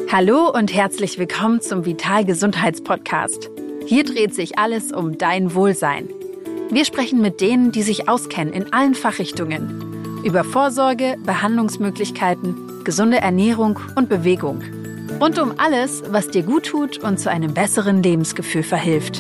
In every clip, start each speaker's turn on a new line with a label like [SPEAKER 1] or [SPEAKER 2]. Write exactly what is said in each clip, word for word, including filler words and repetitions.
[SPEAKER 1] Hallo und herzlich willkommen zum Vital Gesundheitspodcast. Hier dreht sich alles um dein Wohlsein. Wir sprechen mit denen, die sich auskennen in allen Fachrichtungen. Über Vorsorge, Behandlungsmöglichkeiten, gesunde Ernährung und Bewegung. Rund um alles, was dir gut tut und zu einem besseren Lebensgefühl verhilft.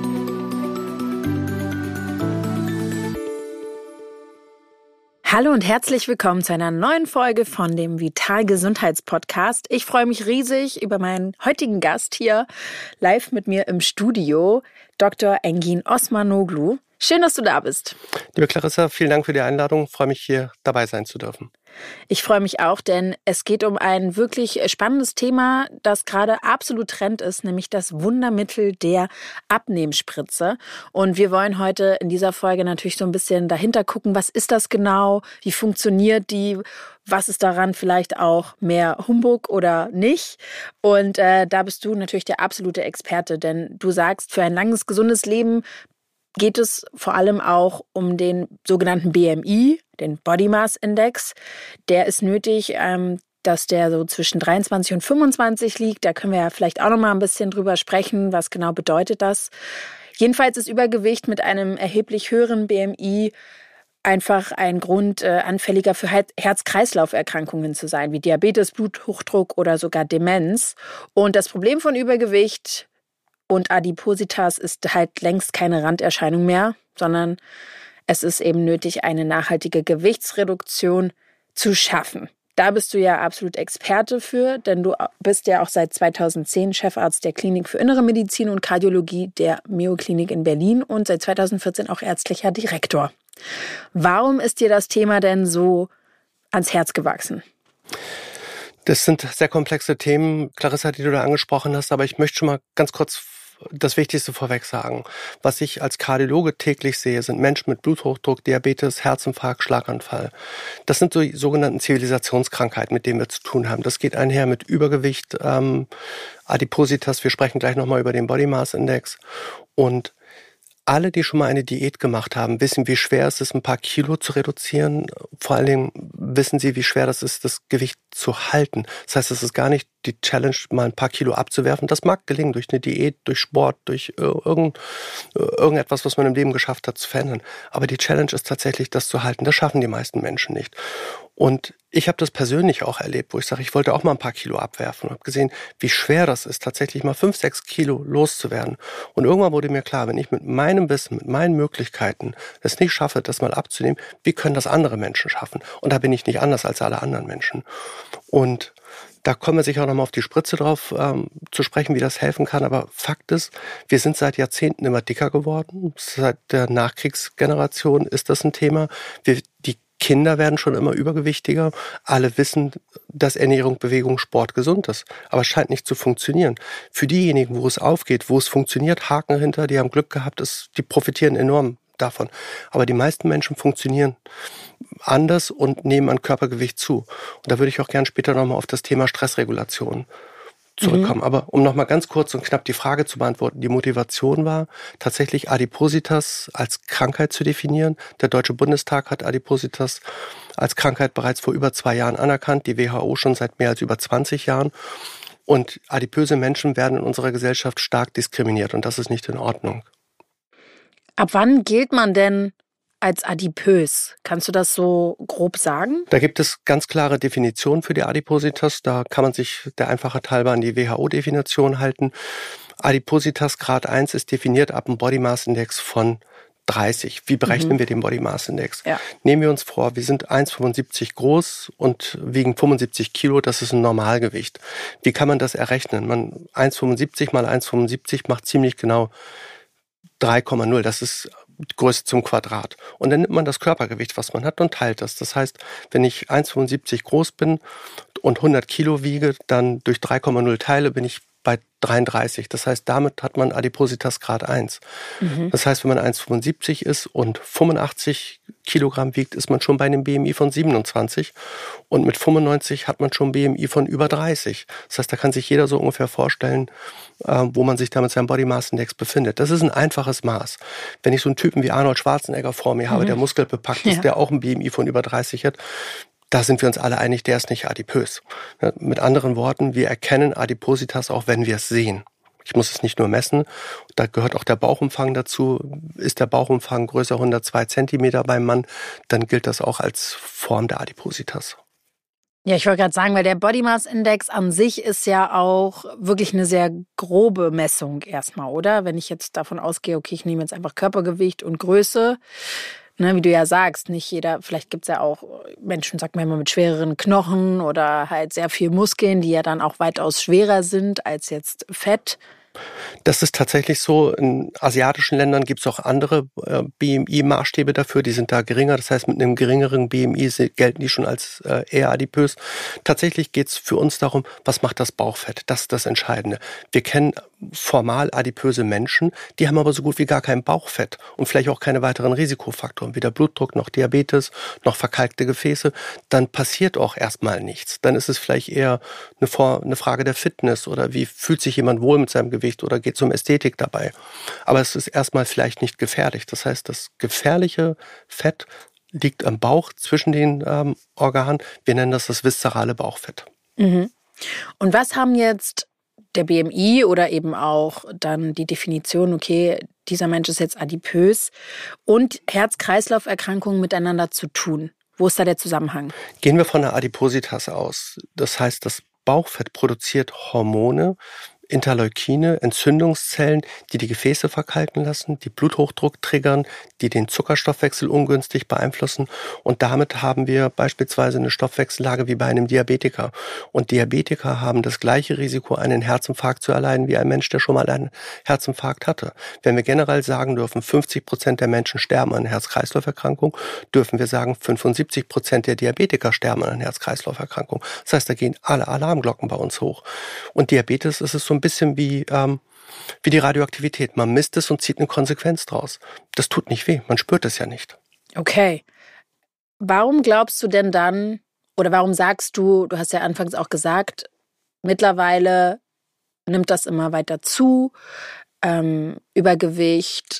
[SPEAKER 1] Hallo und herzlich willkommen zu einer neuen Folge von dem Vital Gesundheitspodcast. Ich freue mich riesig über meinen heutigen Gast hier live mit mir im Studio, Doktor Engin Osmanoglu. Schön, dass du da bist.
[SPEAKER 2] Liebe Clarissa, vielen Dank für die Einladung. Ich freue mich, hier dabei sein zu dürfen.
[SPEAKER 1] Ich freue mich auch, denn es geht um ein wirklich spannendes Thema, das gerade absolut Trend ist, nämlich das Wundermittel der Abnehmspritze. Und wir wollen heute in dieser Folge natürlich so ein bisschen dahinter gucken, was ist das genau, wie funktioniert die, was ist daran vielleicht auch mehr Humbug oder nicht. Und äh, da bist du natürlich der absolute Experte, denn du sagst, für ein langes, gesundes Leben geht es vor allem auch um den sogenannten B M I, den Body Mass Index. Der ist nötig, ähm, dass der so zwischen dreiundzwanzig und fünfundzwanzig liegt. Da können wir ja vielleicht auch noch mal ein bisschen drüber sprechen, was genau bedeutet das. Jedenfalls ist Übergewicht mit einem erheblich höheren B M I einfach ein Grund, äh, anfälliger für Herz-Kreislauf-Erkrankungen zu sein, wie Diabetes, Bluthochdruck oder sogar Demenz. Und das Problem von Übergewicht und Adipositas ist halt längst keine Randerscheinung mehr, sondern es ist eben nötig, eine nachhaltige Gewichtsreduktion zu schaffen. Da bist du ja absolut Experte für, denn du bist ja auch seit zweitausendzehn Chefarzt der Klinik für Innere Medizin und Kardiologie der Mayo-Klinik in Berlin und seit zweitausendvierzehn auch ärztlicher Direktor. Warum ist dir das Thema denn so ans Herz gewachsen?
[SPEAKER 2] Das sind sehr komplexe Themen, Clarissa, die du da angesprochen hast, aber ich möchte schon mal ganz kurz das Wichtigste vorweg sagen. Was ich als Kardiologe täglich sehe, sind Menschen mit Bluthochdruck, Diabetes, Herzinfarkt, Schlaganfall. Das sind so die sogenannten Zivilisationskrankheiten, mit denen wir zu tun haben. Das geht einher mit Übergewicht, ähm, Adipositas, wir sprechen gleich nochmal über den Body Mass Index. Und alle, die schon mal eine Diät gemacht haben, wissen, wie schwer es ist, ein paar Kilo zu reduzieren. Vor allen Dingen wissen sie, wie schwer das ist, das Gewicht zu halten. Das heißt, es ist gar nicht die Challenge, mal ein paar Kilo abzuwerfen. Das mag gelingen durch eine Diät, durch Sport, durch irgend, irgendetwas, was man im Leben geschafft hat, zu verändern. Aber die Challenge ist tatsächlich, das zu halten. Das schaffen die meisten Menschen nicht. Und ich habe das persönlich auch erlebt, wo ich sage, ich wollte auch mal ein paar Kilo abwerfen und habe gesehen, wie schwer das ist, tatsächlich mal fünf, sechs Kilo loszuwerden. Und irgendwann wurde mir klar, wenn ich mit meinem Wissen, mit meinen Möglichkeiten es nicht schaffe, das mal abzunehmen, wie können das andere Menschen schaffen? Und da bin ich nicht anders als alle anderen Menschen. Und da kommen wir sicher auch nochmal auf die Spritze drauf ähm, zu sprechen, wie das helfen kann. Aber Fakt ist, wir sind seit Jahrzehnten immer dicker geworden. Seit der Nachkriegsgeneration ist das ein Thema. Wir, die Kinder werden schon immer übergewichtiger. Alle wissen, dass Ernährung, Bewegung, Sport gesund ist. Aber es scheint nicht zu funktionieren. Für diejenigen, wo es aufgeht, wo es funktioniert, Haken hinter, die haben Glück gehabt, ist, die profitieren enorm davon. Aber die meisten Menschen funktionieren anders und nehmen an Körpergewicht zu. Und da würde ich auch gern später nochmal auf das Thema Stressregulation zurückkommen. Mhm. Aber um nochmal ganz kurz und knapp die Frage zu beantworten, die Motivation war, tatsächlich Adipositas als Krankheit zu definieren. Der Deutsche Bundestag hat Adipositas als Krankheit bereits vor über zwei Jahren anerkannt, die W H O schon seit mehr als über zwanzig Jahren. Und adipöse Menschen werden in unserer Gesellschaft stark diskriminiert und das ist nicht in Ordnung.
[SPEAKER 1] Ab wann gilt man denn als adipös? Kannst du das so grob sagen?
[SPEAKER 2] Da gibt es ganz klare Definitionen für die Adipositas. Da kann man sich der Einfachheit halber an die W H O-Definition halten. Adipositas Grad eins ist definiert ab einem Body Mass Index von dreißig. Wie berechnen mhm. wir den Body Mass Index? Ja. Nehmen wir uns vor, wir sind eins Komma fünfundsiebzig groß und wiegen fünfundsiebzig Kilo, das ist ein Normalgewicht. Wie kann man das errechnen? Man eins Komma fünfundsiebzig mal eins Komma fünfundsiebzig macht ziemlich genau drei Komma null, das ist die Größe zum Quadrat. Und dann nimmt man das Körpergewicht, was man hat, und teilt das. Das heißt, wenn ich eins Komma fünfundsiebzig groß bin und hundert Kilo wiege, dann durch drei Komma null teile, bin ich bei dreiunddreißig. Das heißt, damit hat man Adipositas Grad eins. Mhm. Das heißt, wenn man eins Komma fünfundsiebzig ist und fünfundachtzig Kilogramm wiegt, ist man schon bei einem B M I von siebenundzwanzig. Und mit fünfundneunzig hat man schon B M I von über dreißig. Das heißt, da kann sich jeder so ungefähr vorstellen, äh, wo man sich da mit seinem Body Mass Index befindet. Das ist ein einfaches Maß. Wenn ich so einen Typen wie Arnold Schwarzenegger vor mir habe, mhm. der muskelbepackt ist, ja. der auch ein B M I von über dreißig hat, da sind wir uns alle einig, der ist nicht adipös. Ja, mit anderen Worten, wir erkennen Adipositas auch, wenn wir es sehen. Ich muss es nicht nur messen, da gehört auch der Bauchumfang dazu. Ist der Bauchumfang größer hundertzwei Zentimeter beim Mann, dann gilt das auch als Form der Adipositas.
[SPEAKER 1] Ja, ich wollte gerade sagen, weil der Body Mass Index an sich ist ja auch wirklich eine sehr grobe Messung erstmal, oder? Wenn ich jetzt davon ausgehe, okay, ich nehme jetzt einfach Körpergewicht und Größe, ne, wie du ja sagst, nicht jeder, vielleicht gibt es ja auch Menschen, sagt man immer, mit schwereren Knochen oder halt sehr viel Muskeln, die ja dann auch weitaus schwerer sind als jetzt Fett.
[SPEAKER 2] Das ist tatsächlich so. In asiatischen Ländern gibt es auch andere äh, B M I-Maßstäbe dafür, die sind da geringer. Das heißt, mit einem geringeren B M I gelten die schon als äh, eher adipös. Tatsächlich geht es für uns darum, was macht das Bauchfett? Das ist das Entscheidende. Wir kennen formal adipöse Menschen, die haben aber so gut wie gar kein Bauchfett und vielleicht auch keine weiteren Risikofaktoren, weder Blutdruck noch Diabetes noch verkalkte Gefäße. Dann passiert auch erstmal nichts. Dann ist es vielleicht eher eine, Vor- eine Frage der Fitness oder wie fühlt sich jemand wohl mit seinem Gewicht oder geht es um Ästhetik dabei. Aber es ist erstmal vielleicht nicht gefährlich. Das heißt, das gefährliche Fett liegt am Bauch zwischen den ähm, Organen. Wir nennen das das viszerale Bauchfett.
[SPEAKER 1] Mhm. Und was haben jetzt der B M I oder eben auch dann die Definition, okay, dieser Mensch ist jetzt adipös und Herz-Kreislauf-Erkrankungen miteinander zu tun? Wo ist da der Zusammenhang?
[SPEAKER 2] Gehen wir von der Adipositas aus. Das heißt, das Bauchfett produziert Hormone, Interleukine, Entzündungszellen, die die Gefäße verkalken lassen, die Bluthochdruck triggern, die den Zuckerstoffwechsel ungünstig beeinflussen. Und damit haben wir beispielsweise eine Stoffwechsellage wie bei einem Diabetiker. Und Diabetiker haben das gleiche Risiko, einen Herzinfarkt zu erleiden, wie ein Mensch, der schon mal einen Herzinfarkt hatte. Wenn wir generell sagen dürfen, fünfzig Prozent der Menschen sterben an Herz-Kreislauf-Erkrankung, dürfen wir sagen, fünfundsiebzig Prozent der Diabetiker sterben an Herz-Kreislauf-Erkrankung. Das heißt, da gehen alle Alarmglocken bei uns hoch. Und Diabetes ist es so ein bisschen wie, ähm, wie die Radioaktivität. Man misst es und zieht eine Konsequenz draus. Das tut nicht weh, man spürt es ja nicht.
[SPEAKER 1] Okay. Warum glaubst du denn dann, oder warum sagst du, du hast ja anfangs auch gesagt, mittlerweile nimmt das immer weiter zu, ähm, Übergewicht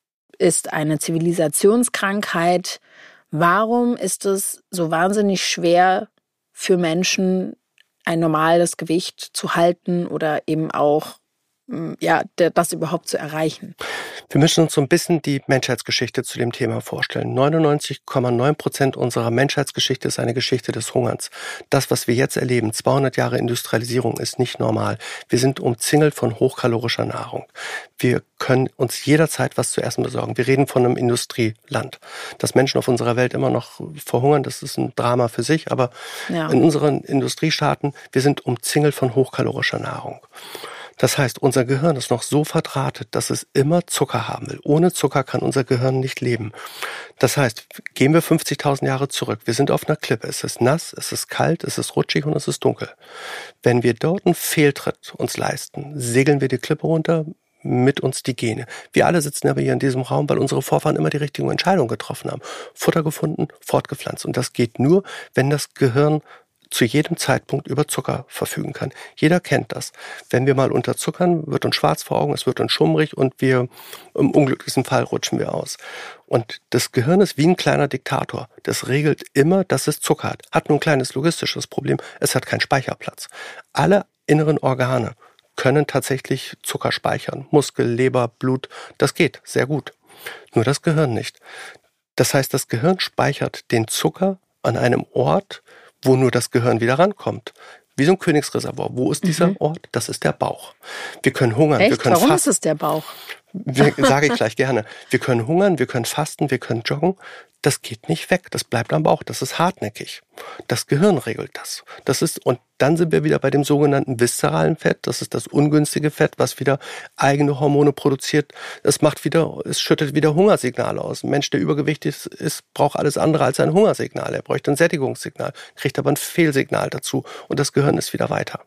[SPEAKER 1] ist eine Zivilisationskrankheit. Warum ist es so wahnsinnig schwer für Menschen, ein normales Gewicht zu halten oder eben auch ja, das überhaupt zu erreichen?
[SPEAKER 2] Wir müssen uns so ein bisschen die Menschheitsgeschichte zu dem Thema vorstellen. neunundneunzig Komma neun Prozent unserer Menschheitsgeschichte ist eine Geschichte des Hungerns. Das, was wir jetzt erleben, zweihundert Jahre Industrialisierung, ist nicht normal. Wir sind umzingelt von hochkalorischer Nahrung. Wir können uns jederzeit was zu essen besorgen. Wir reden von einem Industrieland. Dass Menschen auf unserer Welt immer noch verhungern, das ist ein Drama für sich. Aber ja, in unseren Industriestaaten, wir sind umzingelt von hochkalorischer Nahrung. Das heißt, unser Gehirn ist noch so verdrahtet, dass es immer Zucker haben will. Ohne Zucker kann unser Gehirn nicht leben. Das heißt, gehen wir fünfzigtausend Jahre zurück. Wir sind auf einer Klippe. Es ist nass, es ist kalt, es ist rutschig und es ist dunkel. Wenn wir dort einen Fehltritt uns leisten, segeln wir die Klippe runter, mit uns die Gene. Wir alle sitzen aber hier in diesem Raum, weil unsere Vorfahren immer die richtigen Entscheidungen getroffen haben. Futter gefunden, fortgepflanzt. Und das geht nur, wenn das Gehirn zu jedem Zeitpunkt über Zucker verfügen kann. Jeder kennt das. Wenn wir mal unterzuckern, wird uns schwarz vor Augen, es wird uns schummrig und wir im unglücklichsten Fall rutschen wir aus. Und das Gehirn ist wie ein kleiner Diktator. Das regelt immer, dass es Zucker hat. Hat nur ein kleines logistisches Problem, es hat keinen Speicherplatz. Alle inneren Organe können tatsächlich Zucker speichern. Muskel, Leber, Blut, das geht sehr gut. Nur das Gehirn nicht. Das heißt, das Gehirn speichert den Zucker an einem Ort, wo nur das Gehirn wieder rankommt. Wie so ein Königsreservoir. Wo ist dieser mhm. Ort? Das ist der Bauch. Wir können hungern.
[SPEAKER 1] Echt?
[SPEAKER 2] Wir können
[SPEAKER 1] Warum
[SPEAKER 2] fasten.
[SPEAKER 1] ist es der Bauch?
[SPEAKER 2] Wir, sage ich gleich gerne. Wir können hungern, wir können fasten, wir können joggen. Das geht nicht weg. Das bleibt am Bauch. Das ist hartnäckig. Das Gehirn regelt das. Das ist, und dann sind wir wieder bei dem sogenannten viszeralen Fett. Das ist das ungünstige Fett, was wieder eigene Hormone produziert. Es macht wieder, es schüttet wieder Hungersignale aus. Ein Mensch, der übergewichtig ist, ist, braucht alles andere als ein Hungersignal. Er bräuchte ein Sättigungssignal, kriegt aber ein Fehlsignal dazu. Und das Gehirn ist wieder weiter.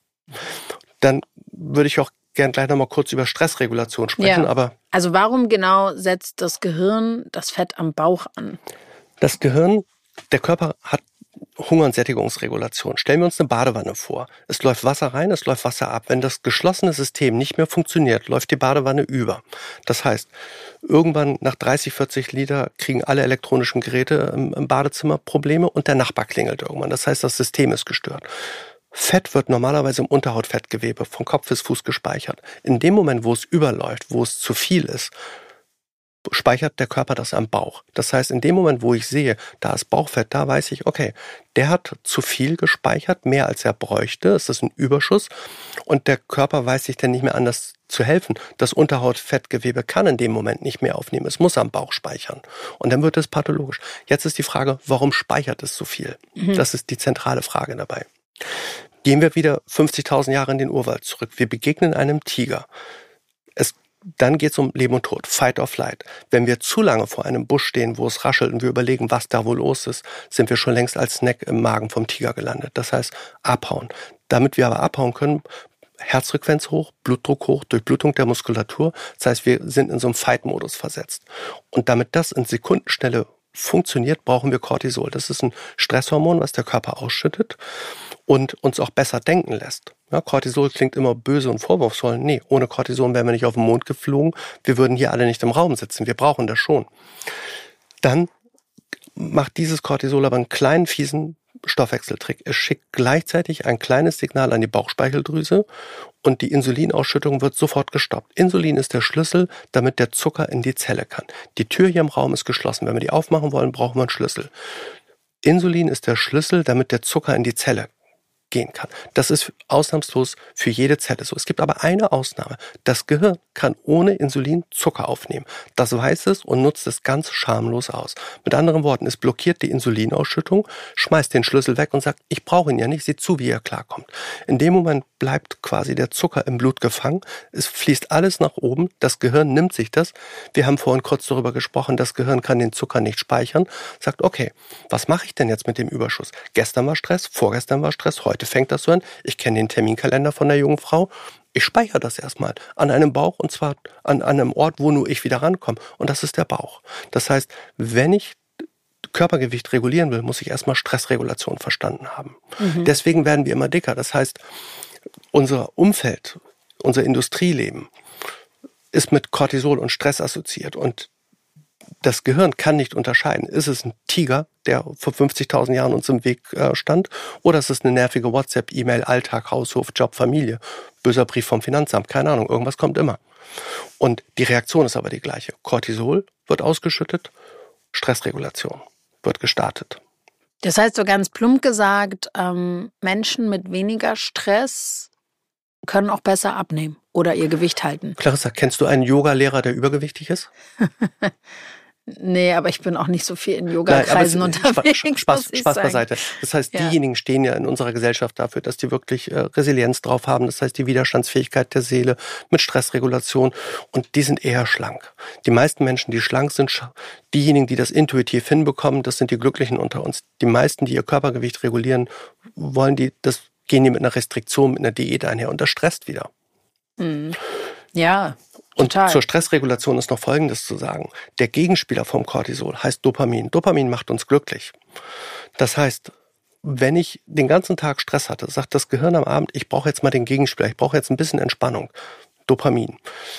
[SPEAKER 2] Dann würde ich auch gern gleich nochmal kurz über Stressregulation sprechen.
[SPEAKER 1] Ja.
[SPEAKER 2] Aber
[SPEAKER 1] also warum genau setzt das Gehirn das Fett am Bauch an?
[SPEAKER 2] Das Gehirn, der Körper hat Hunger- und Sättigungsregulation. Stellen wir uns eine Badewanne vor. Es läuft Wasser rein, es läuft Wasser ab. Wenn das geschlossene System nicht mehr funktioniert, läuft die Badewanne über. Das heißt, irgendwann nach dreißig, vierzig Liter kriegen alle elektronischen Geräte im, im Badezimmer Probleme und der Nachbar klingelt irgendwann. Das heißt, das System ist gestört. Fett wird normalerweise im Unterhautfettgewebe von Kopf bis Fuß gespeichert. In dem Moment, wo es überläuft, wo es zu viel ist, speichert der Körper das am Bauch. Das heißt, in dem Moment, wo ich sehe, da ist Bauchfett, da weiß ich, okay, der hat zu viel gespeichert, mehr als er bräuchte, es ist ein Überschuss und der Körper weiß sich dann nicht mehr anders zu helfen. Das Unterhautfettgewebe kann in dem Moment nicht mehr aufnehmen, es muss am Bauch speichern und dann wird es pathologisch. Jetzt ist die Frage, warum speichert es so viel? Mhm. Das ist die zentrale Frage dabei. Gehen wir wieder fünfzigtausend Jahre in den Urwald zurück. Wir begegnen einem Tiger. Es Dann geht es um Leben und Tod, Fight or Flight. Wenn wir zu lange vor einem Busch stehen, wo es raschelt und wir überlegen, was da wohl los ist, sind wir schon längst als Snack im Magen vom Tiger gelandet. Das heißt, abhauen. Damit wir aber abhauen können, Herzfrequenz hoch, Blutdruck hoch, Durchblutung der Muskulatur. Das heißt, wir sind in so einem Fight-Modus versetzt. Und damit das in Sekundenschnelle funktioniert, brauchen wir Cortisol. Das ist ein Stresshormon, was der Körper ausschüttet und uns auch besser denken lässt. Ja, Cortisol klingt immer böse und vorwurfsvoll. Nee, ohne Cortisol wären wir nicht auf den Mond geflogen. Wir würden hier alle nicht im Raum sitzen. Wir brauchen das schon. Dann macht dieses Cortisol aber einen kleinen, fiesen Stoffwechseltrick. Es schickt gleichzeitig ein kleines Signal an die Bauchspeicheldrüse und die Insulinausschüttung wird sofort gestoppt. Insulin ist der Schlüssel, damit der Zucker in die Zelle kann. Die Tür hier im Raum ist geschlossen. Wenn wir die aufmachen wollen, brauchen wir einen Schlüssel. Insulin ist der Schlüssel, damit der Zucker in die Zelle gehen kann. Das ist ausnahmslos für jede Zelle so. Es gibt aber eine Ausnahme. Das Gehirn kann ohne Insulin Zucker aufnehmen. Das weiß es und nutzt es ganz schamlos aus. Mit anderen Worten, es blockiert die Insulinausschüttung, schmeißt den Schlüssel weg und sagt, ich brauche ihn ja nicht, seht zu, wie er klarkommt. In dem Moment bleibt quasi der Zucker im Blut gefangen. Es fließt alles nach oben. Das Gehirn nimmt sich das. Wir haben vorhin kurz darüber gesprochen, das Gehirn kann den Zucker nicht speichern. Sagt, okay, was mache ich denn jetzt mit dem Überschuss? Gestern war Stress, vorgestern war Stress, heute fängt das so an. Ich kenne den Terminkalender von der jungen Frau. Ich speichere das erstmal an einem Bauch und zwar an, an einem Ort, wo nur ich wieder rankomme. Und das ist der Bauch. Das heißt, wenn ich Körpergewicht regulieren will, muss ich erstmal Stressregulation verstanden haben. Mhm. Deswegen werden wir immer dicker. Das heißt, unser Umfeld, unser Industrieleben ist mit Cortisol und Stress assoziiert. Und das Gehirn kann nicht unterscheiden. Ist es ein Tiger, der vor fünfzigtausend Jahren uns im Weg äh, stand, oder ist es eine nervige WhatsApp, E-Mail, Alltag, Haushof, Job, Familie, böser Brief vom Finanzamt, keine Ahnung, irgendwas kommt immer. Und die Reaktion ist aber die gleiche. Cortisol wird ausgeschüttet, Stressregulation wird gestartet.
[SPEAKER 1] Das heißt, so ganz plump gesagt, ähm, Menschen mit weniger Stress können auch besser abnehmen oder ihr Gewicht halten.
[SPEAKER 2] Clarissa, kennst du einen Yoga-Lehrer, der übergewichtig ist?
[SPEAKER 1] Nee, aber ich bin auch nicht so viel in Yoga-Kreisen Nein, unterwegs.
[SPEAKER 2] Spaß, Spaß, Spaß beiseite. Das heißt, ja. diejenigen stehen ja in unserer Gesellschaft dafür, dass die wirklich äh, Resilienz drauf haben. Das heißt, die Widerstandsfähigkeit der Seele mit Stressregulation. Und die sind eher schlank. Die meisten Menschen, die schlank sind, diejenigen, die das intuitiv hinbekommen, das sind die Glücklichen unter uns. Die meisten, die ihr Körpergewicht regulieren, wollen die, das gehen die mit einer Restriktion, mit einer Diät einher. Und das stresst wieder.
[SPEAKER 1] Mhm. Ja.
[SPEAKER 2] Und
[SPEAKER 1] Total.
[SPEAKER 2] zur Stressregulation ist noch Folgendes zu sagen. Der Gegenspieler vom Cortisol heißt Dopamin. Dopamin macht uns glücklich. Das heißt, wenn ich den ganzen Tag Stress hatte, sagt das Gehirn am Abend, ich brauche jetzt mal den Gegenspieler, ich brauche jetzt ein bisschen Entspannung. Dopamin.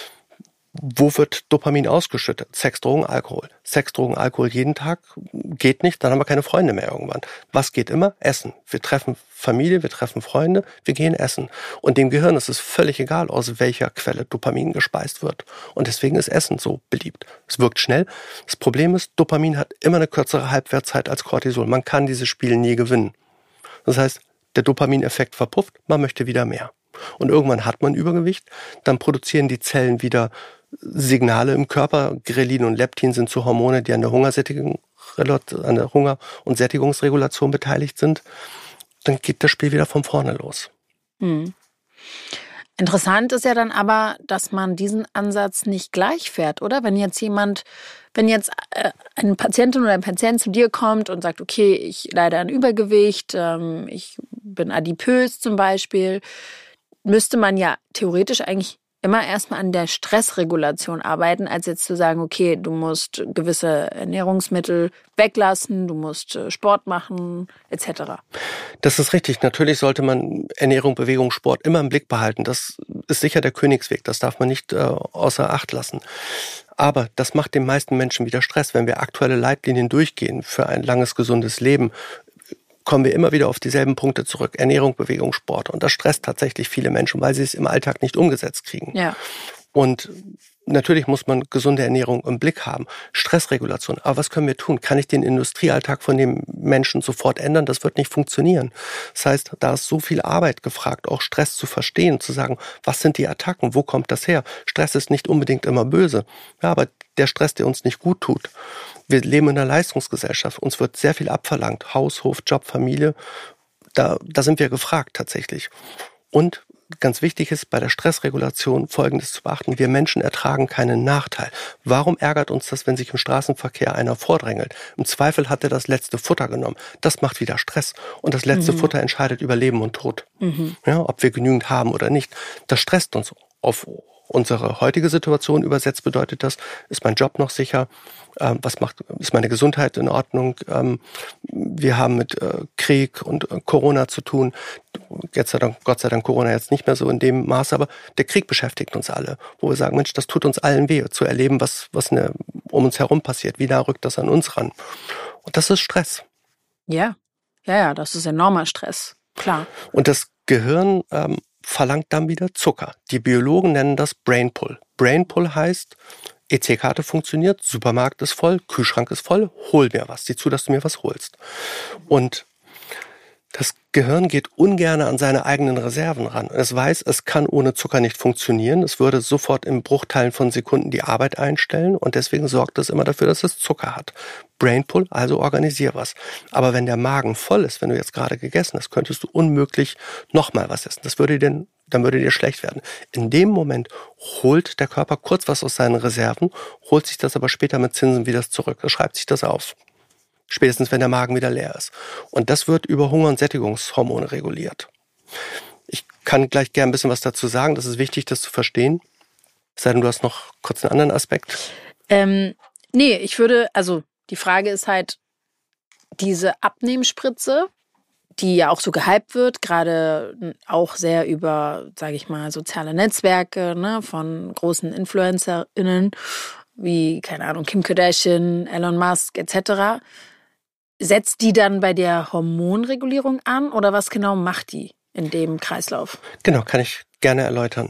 [SPEAKER 2] Wo wird Dopamin ausgeschüttet? Sex, Drogen, Alkohol. Sex, Drogen, Alkohol jeden Tag geht nicht, dann haben wir keine Freunde mehr irgendwann. Was geht immer? Essen. Wir treffen Familie, wir treffen Freunde, wir gehen essen. Und dem Gehirn ist es völlig egal, aus welcher Quelle Dopamin gespeist wird. Und deswegen ist Essen so beliebt. Es wirkt schnell. Das Problem ist, Dopamin hat immer eine kürzere Halbwertszeit als Cortisol. Man kann dieses Spiel nie gewinnen. Das heißt, der Dopamineffekt verpufft, man möchte wieder mehr. Und irgendwann hat man Übergewicht, dann produzieren die Zellen wieder Signale im Körper. Grelin und Leptin sind so Hormone, die an der Hungersättigung, an der Hunger- und Sättigungsregulation beteiligt sind. Dann geht das Spiel wieder von vorne los.
[SPEAKER 1] Hm. Interessant ist ja dann aber, dass man diesen Ansatz nicht gleich fährt, oder? Wenn jetzt jemand, wenn jetzt eine Patientin oder ein Patient zu dir kommt und sagt, okay, ich leide an Übergewicht, ich bin adipös zum Beispiel, müsste man ja theoretisch eigentlich immer erstmal an der Stressregulation arbeiten, als jetzt zu sagen, okay, du musst gewisse Ernährungsmittel weglassen, du musst Sport machen, et cetera.
[SPEAKER 2] Das ist richtig. Natürlich sollte man Ernährung, Bewegung, Sport immer im Blick behalten. Das ist sicher der Königsweg. Das darf man nicht äh, außer Acht lassen. Aber das macht den meisten Menschen wieder Stress. Wenn wir aktuelle Leitlinien durchgehen für ein langes, gesundes Leben, kommen wir immer wieder auf dieselben Punkte zurück. Ernährung, Bewegung, Sport. Und das stresst tatsächlich viele Menschen, weil sie es im Alltag nicht umgesetzt kriegen.
[SPEAKER 1] Ja.
[SPEAKER 2] Und natürlich muss man gesunde Ernährung im Blick haben. Stressregulation. Aber was können wir tun? Kann ich den Industriealltag von dem Menschen sofort ändern? Das wird nicht funktionieren. Das heißt, da ist so viel Arbeit gefragt, auch Stress zu verstehen, zu sagen, was sind die Attacken? Wo kommt das her? Stress ist nicht unbedingt immer böse. Ja, aber der Stress, der uns nicht gut tut. Wir leben in einer Leistungsgesellschaft. Uns wird sehr viel abverlangt. Haus, Hof, Job, Familie. Da, da sind wir gefragt tatsächlich. Und ganz wichtig ist bei der Stressregulation Folgendes zu beachten. Wir Menschen ertragen keinen Nachteil. Warum ärgert uns das, wenn sich im Straßenverkehr einer vordrängelt? Im Zweifel hat er das letzte Futter genommen. Das macht wieder Stress. Und das letzte mhm. Futter entscheidet über Leben und Tod. Mhm. Ja, ob wir genügend haben oder nicht. Das stresst uns. Auf unsere heutige Situation übersetzt bedeutet das, ist mein Job noch sicher? Ähm, was macht, ist meine Gesundheit in Ordnung? Ähm, wir haben mit äh, Krieg und äh, Corona zu tun. Jetzt sei Dank, Gott sei Dank Corona jetzt nicht mehr so in dem Maße, aber der Krieg beschäftigt uns alle. Wo wir sagen, Mensch, das tut uns allen weh, zu erleben, was, was eine, um uns herum passiert. Wie nah rückt das an uns ran? Und das ist Stress.
[SPEAKER 1] Ja, ja, ja, das ist enormer Stress, klar.
[SPEAKER 2] Und das Gehirn ähm, verlangt dann wieder Zucker. Die Biologen nennen das Brain Pull. Brain Pull heißt, E C-Karte funktioniert, Supermarkt ist voll, Kühlschrank ist voll, hol mir was, sieh zu, dass du mir was holst. Und das Gehirn geht ungern an seine eigenen Reserven ran. Es weiß, es kann ohne Zucker nicht funktionieren. Es würde sofort in Bruchteilen von Sekunden die Arbeit einstellen und deswegen sorgt es immer dafür, dass es Zucker hat. Brain Pull, also organisier was. Aber wenn der Magen voll ist, wenn du jetzt gerade gegessen hast, könntest du unmöglich nochmal was essen. Das würde dir, dann würde dir schlecht werden. In dem Moment holt der Körper kurz was aus seinen Reserven, holt sich das aber später mit Zinsen wieder zurück. Da schreibt sich das auf. Spätestens, wenn der Magen wieder leer ist. Und das wird über Hunger- und Sättigungshormone reguliert. Ich kann gleich gerne ein bisschen was dazu sagen. Das ist wichtig, das zu verstehen. Es sei denn, du hast noch kurz einen anderen Aspekt.
[SPEAKER 1] Ähm, nee, ich würde, also die Frage ist halt, diese Abnehmspritze, die ja auch so gehypt wird, gerade auch sehr über, sage ich mal, soziale Netzwerke, ne, von großen InfluencerInnen, wie, keine Ahnung, Kim Kardashian, Elon Musk et cetera. Setzt die dann bei der Hormonregulierung an oder was genau macht die in dem Kreislauf?
[SPEAKER 2] Genau, kann ich gerne erläutern.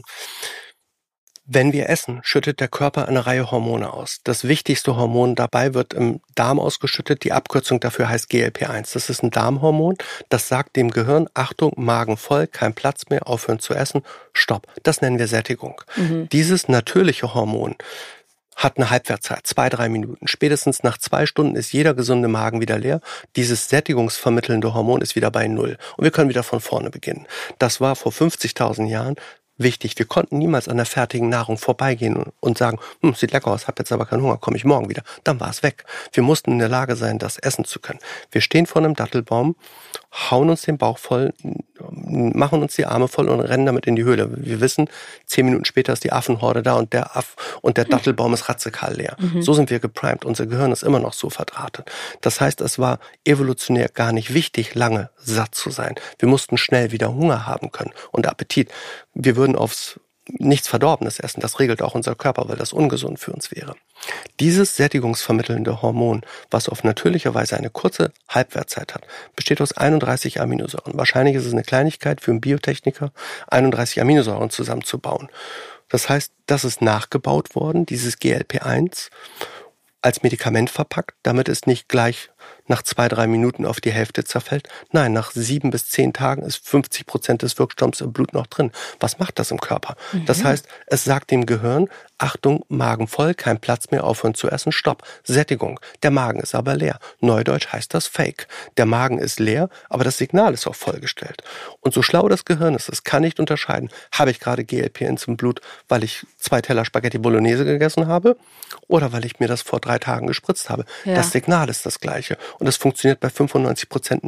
[SPEAKER 2] Wenn wir essen, schüttet der Körper eine Reihe Hormone aus. Das wichtigste Hormon dabei wird im Darm ausgeschüttet. Die Abkürzung dafür heißt G L P eins. Das ist ein Darmhormon. Das sagt dem Gehirn, Achtung, Magen voll, kein Platz mehr, aufhören zu essen, stopp. Das nennen wir Sättigung. Mhm. Dieses natürliche Hormon hat eine Halbwertszeit, zwei, drei Minuten. Spätestens nach zwei Stunden ist jeder gesunde Magen wieder leer. Dieses sättigungsvermittelnde Hormon ist wieder bei Null. Und wir können wieder von vorne beginnen. Das war vor fünfzigtausend Jahren wichtig. Wir konnten niemals an der fertigen Nahrung vorbeigehen und sagen, hm, sieht lecker aus, hab jetzt aber keinen Hunger, komme ich morgen wieder. Dann war es weg. Wir mussten in der Lage sein, das essen zu können. Wir stehen vor einem Dattelbaum, hauen uns den Bauch voll, machen uns die Arme voll und rennen damit in die Höhle. Wir wissen, zehn Minuten später ist die Affenhorde da und der Aff und der Dattelbaum ist radikal leer. Mhm. So sind wir geprimed. Unser Gehirn ist immer noch so verdrahtet. Das heißt, es war evolutionär gar nicht wichtig, lange satt zu sein. Wir mussten schnell wieder Hunger haben können und Appetit. Wir würden aufs nichts Verdorbenes essen. Das regelt auch unser Körper, weil das ungesund für uns wäre. Dieses sättigungsvermittelnde Hormon, was auf natürliche Weise eine kurze Halbwertszeit hat, besteht aus einunddreißig Aminosäuren. Wahrscheinlich ist es eine Kleinigkeit für einen Biotechniker, einunddreißig Aminosäuren zusammenzubauen. Das heißt, das ist nachgebaut worden, dieses G L P eins, als Medikament verpackt, damit es nicht gleich nach zwei, drei Minuten auf die Hälfte zerfällt. Nein, nach sieben bis zehn Tagen ist fünfzig Prozent des Wirkstoffs im Blut noch drin. Was macht das im Körper? Mhm. Das heißt, es sagt dem Gehirn, Achtung, Magen voll, kein Platz mehr, aufhören zu essen, stopp. Sättigung. Der Magen ist aber leer. Neudeutsch heißt das Fake. Der Magen ist leer, aber das Signal ist auch vollgestellt. Und so schlau das Gehirn ist, es kann nicht unterscheiden, habe ich gerade G L P eins im Blut, weil ich zwei Teller Spaghetti Bolognese gegessen habe oder weil ich mir das vor drei Tagen gespritzt habe. Ja. Das Signal ist das gleiche. Und das funktioniert bei fünfundneunzig Prozent der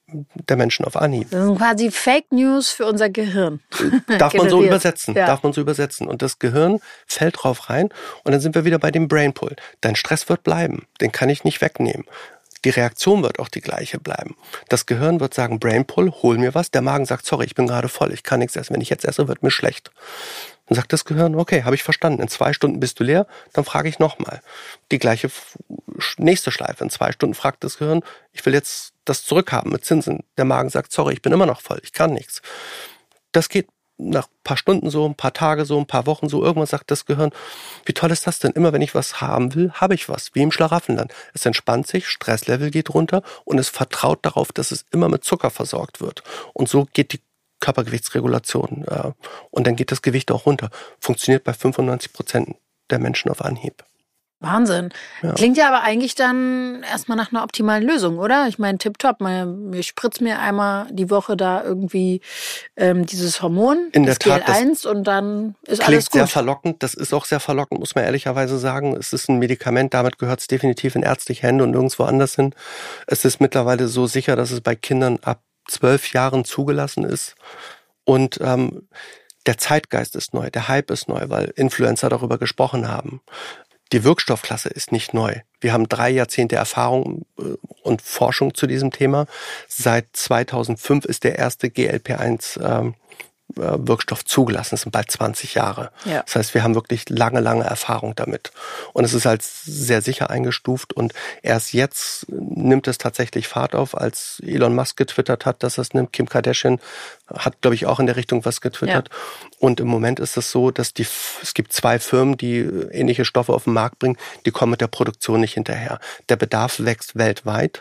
[SPEAKER 2] der Menschen auf Anhieb.
[SPEAKER 1] Das sind quasi Fake News für unser Gehirn.
[SPEAKER 2] Darf man so übersetzen, ja. darf man so übersetzen. Und das Gehirn fällt drauf rein und dann sind wir wieder bei dem Brain Pull. Dein Stress wird bleiben, den kann ich nicht wegnehmen. Die Reaktion wird auch die gleiche bleiben. Das Gehirn wird sagen, Brain Pull, hol mir was. Der Magen sagt, sorry, ich bin gerade voll, ich kann nichts essen. Wenn ich jetzt esse, wird mir schlecht. Dann sagt das Gehirn, okay, habe ich verstanden. In zwei Stunden bist du leer, dann frage ich nochmal. Die gleiche nächste Schleife. In zwei Stunden fragt das Gehirn, ich will jetzt das zurückhaben mit Zinsen. Der Magen sagt, sorry, ich bin immer noch voll, ich kann nichts. Das geht nach ein paar Stunden so, ein paar Tage so, ein paar Wochen so. Irgendwann sagt das Gehirn, wie toll ist das denn? Immer wenn ich was haben will, habe ich was. Wie im Schlaraffenland. Es entspannt sich, Stresslevel geht runter und es vertraut darauf, dass es immer mit Zucker versorgt wird. Und so geht die Körpergewichtsregulation. Äh, und dann geht das Gewicht auch runter. Funktioniert bei fünfundneunzig Prozent der Menschen auf Anhieb.
[SPEAKER 1] Wahnsinn.
[SPEAKER 2] Ja.
[SPEAKER 1] Klingt ja aber eigentlich dann erstmal nach einer optimalen Lösung, oder? Ich meine, tipptopp. Ich spritze mir einmal die Woche da irgendwie ähm, dieses Hormon,
[SPEAKER 2] In
[SPEAKER 1] das
[SPEAKER 2] der Tat,
[SPEAKER 1] G L eins, und dann ist alles gut.
[SPEAKER 2] Klingt sehr verlockend. Das ist auch sehr verlockend, muss man ehrlicherweise sagen. Es ist ein Medikament, damit gehört es definitiv in ärztliche Hände und nirgendwo anders hin. Es ist mittlerweile so sicher, dass es bei Kindern ab zwölf Jahren zugelassen ist. Und ähm, der Zeitgeist ist neu, der Hype ist neu, weil Influencer darüber gesprochen haben. Die Wirkstoffklasse ist nicht neu. Wir haben drei Jahrzehnte Erfahrung und Forschung zu diesem Thema. Seit zweitausendfünf ist der erste G L P eins ähm, Wirkstoff zugelassen. Das sind bald zwanzig Jahre. Ja. Das heißt, wir haben wirklich lange, lange Erfahrung damit. Und es ist als sehr sicher eingestuft. Und erst jetzt nimmt es tatsächlich Fahrt auf, als Elon Musk getwittert hat, dass es nimmt. Kim Kardashian hat, glaube ich, auch in der Richtung was getwittert. Ja. Und im Moment ist es so, dass die, es gibt zwei Firmen, die ähnliche Stoffe auf den Markt bringen, die kommen mit der Produktion nicht hinterher. Der Bedarf wächst weltweit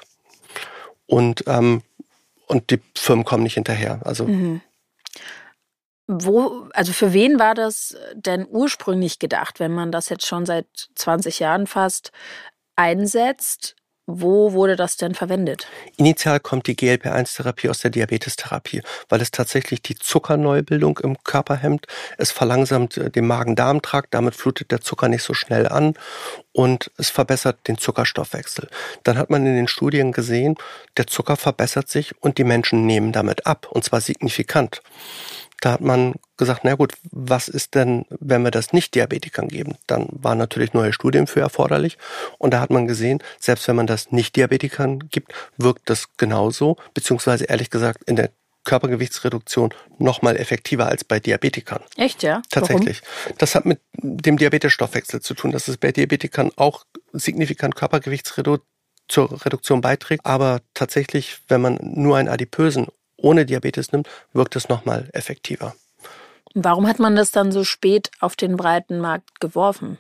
[SPEAKER 2] und, ähm, und die Firmen kommen nicht hinterher. Also,
[SPEAKER 1] mhm. Wo, also für wen war das denn ursprünglich gedacht, wenn man das jetzt schon seit zwanzig Jahren fast einsetzt? Wo wurde das denn verwendet?
[SPEAKER 2] Initial kommt die G L P eins Therapie aus der Diabetestherapie, weil es tatsächlich die Zuckerneubildung im Körper hemmt. Es verlangsamt den Magen-Darm-Trakt, damit flutet der Zucker nicht so schnell an und es verbessert den Zuckerstoffwechsel. Dann hat man in den Studien gesehen, der Zucker verbessert sich und die Menschen nehmen damit ab, und zwar signifikant. Da hat man gesagt, na gut, was ist denn, wenn wir das nicht Diabetikern geben? Dann waren natürlich neue Studien für erforderlich. Und da hat man gesehen, selbst wenn man das nicht Diabetikern gibt, wirkt das genauso, beziehungsweise ehrlich gesagt in der Körpergewichtsreduktion noch mal effektiver als bei Diabetikern.
[SPEAKER 1] Echt, ja?
[SPEAKER 2] Tatsächlich.
[SPEAKER 1] Warum?
[SPEAKER 2] Das hat mit dem Diabetesstoffwechsel zu tun, dass es bei Diabetikern auch signifikant Körpergewichtsreduktion zur Reduktion beiträgt. Aber tatsächlich, wenn man nur einen Adipösen ohne Diabetes nimmt, wirkt es nochmal effektiver.
[SPEAKER 1] Warum hat man das dann so spät auf den breiten Markt geworfen?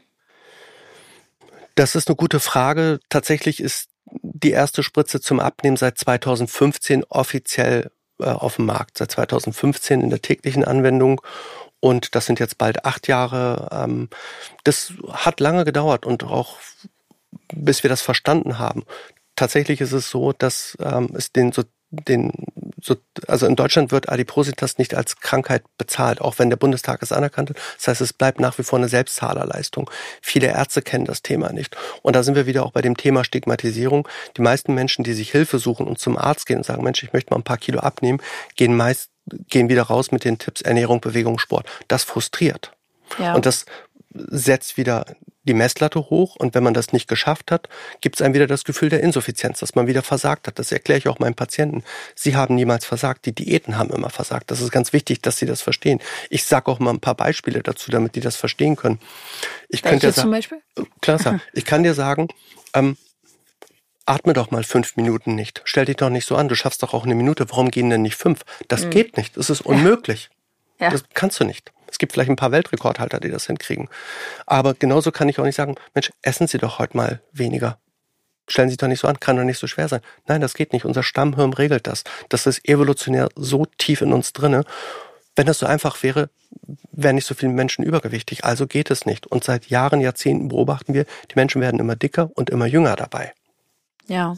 [SPEAKER 2] Das ist eine gute Frage. Tatsächlich ist die erste Spritze zum Abnehmen seit zweitausendfünfzehn offiziell äh, auf dem Markt. Seit zweitausendfünfzehn in der täglichen Anwendung. Und das sind jetzt bald acht Jahre. Ähm, das hat lange gedauert und auch bis wir das verstanden haben. Tatsächlich ist es so, dass ähm, es den so Den, so, also in Deutschland wird Adipositas nicht als Krankheit bezahlt, auch wenn der Bundestag es anerkannt hat. Das heißt, es bleibt nach wie vor eine Selbstzahlerleistung. Viele Ärzte kennen das Thema nicht. Und da sind wir wieder auch bei dem Thema Stigmatisierung. Die meisten Menschen, die sich Hilfe suchen und zum Arzt gehen und sagen, Mensch, ich möchte mal ein paar Kilo abnehmen, gehen meist, gehen wieder raus mit den Tipps Ernährung, Bewegung, Sport. Das frustriert. Ja. Und das setzt wieder die Messlatte hoch, und wenn man das nicht geschafft hat, gibt es einem wieder das Gefühl der Insuffizienz, dass man wieder versagt hat. Das erkläre ich auch meinen Patienten. Sie haben niemals versagt, die Diäten haben immer versagt. Das ist ganz wichtig, dass sie das verstehen. Ich sage auch mal ein paar Beispiele dazu, damit die das verstehen können. Ich
[SPEAKER 1] Welche
[SPEAKER 2] könnte ja
[SPEAKER 1] zum Beispiel?
[SPEAKER 2] Klar, ich kann dir sagen, ähm, atme doch mal fünf Minuten nicht. Stell dich doch nicht so an, du schaffst doch auch eine Minute. Warum gehen denn nicht fünf? Das mhm. geht nicht, das ist unmöglich. Ja. Das kannst du nicht. Es gibt vielleicht ein paar Weltrekordhalter, die das hinkriegen. Aber genauso kann ich auch nicht sagen, Mensch, essen Sie doch heute mal weniger. Stellen Sie sich doch nicht so an, kann doch nicht so schwer sein. Nein, das geht nicht. Unser Stammhirn regelt das. Das ist evolutionär so tief in uns drinne. Wenn das so einfach wäre, wären nicht so viele Menschen übergewichtig. Also geht es nicht. Und seit Jahren, Jahrzehnten beobachten wir, die Menschen werden immer dicker und immer jünger dabei.
[SPEAKER 1] Ja.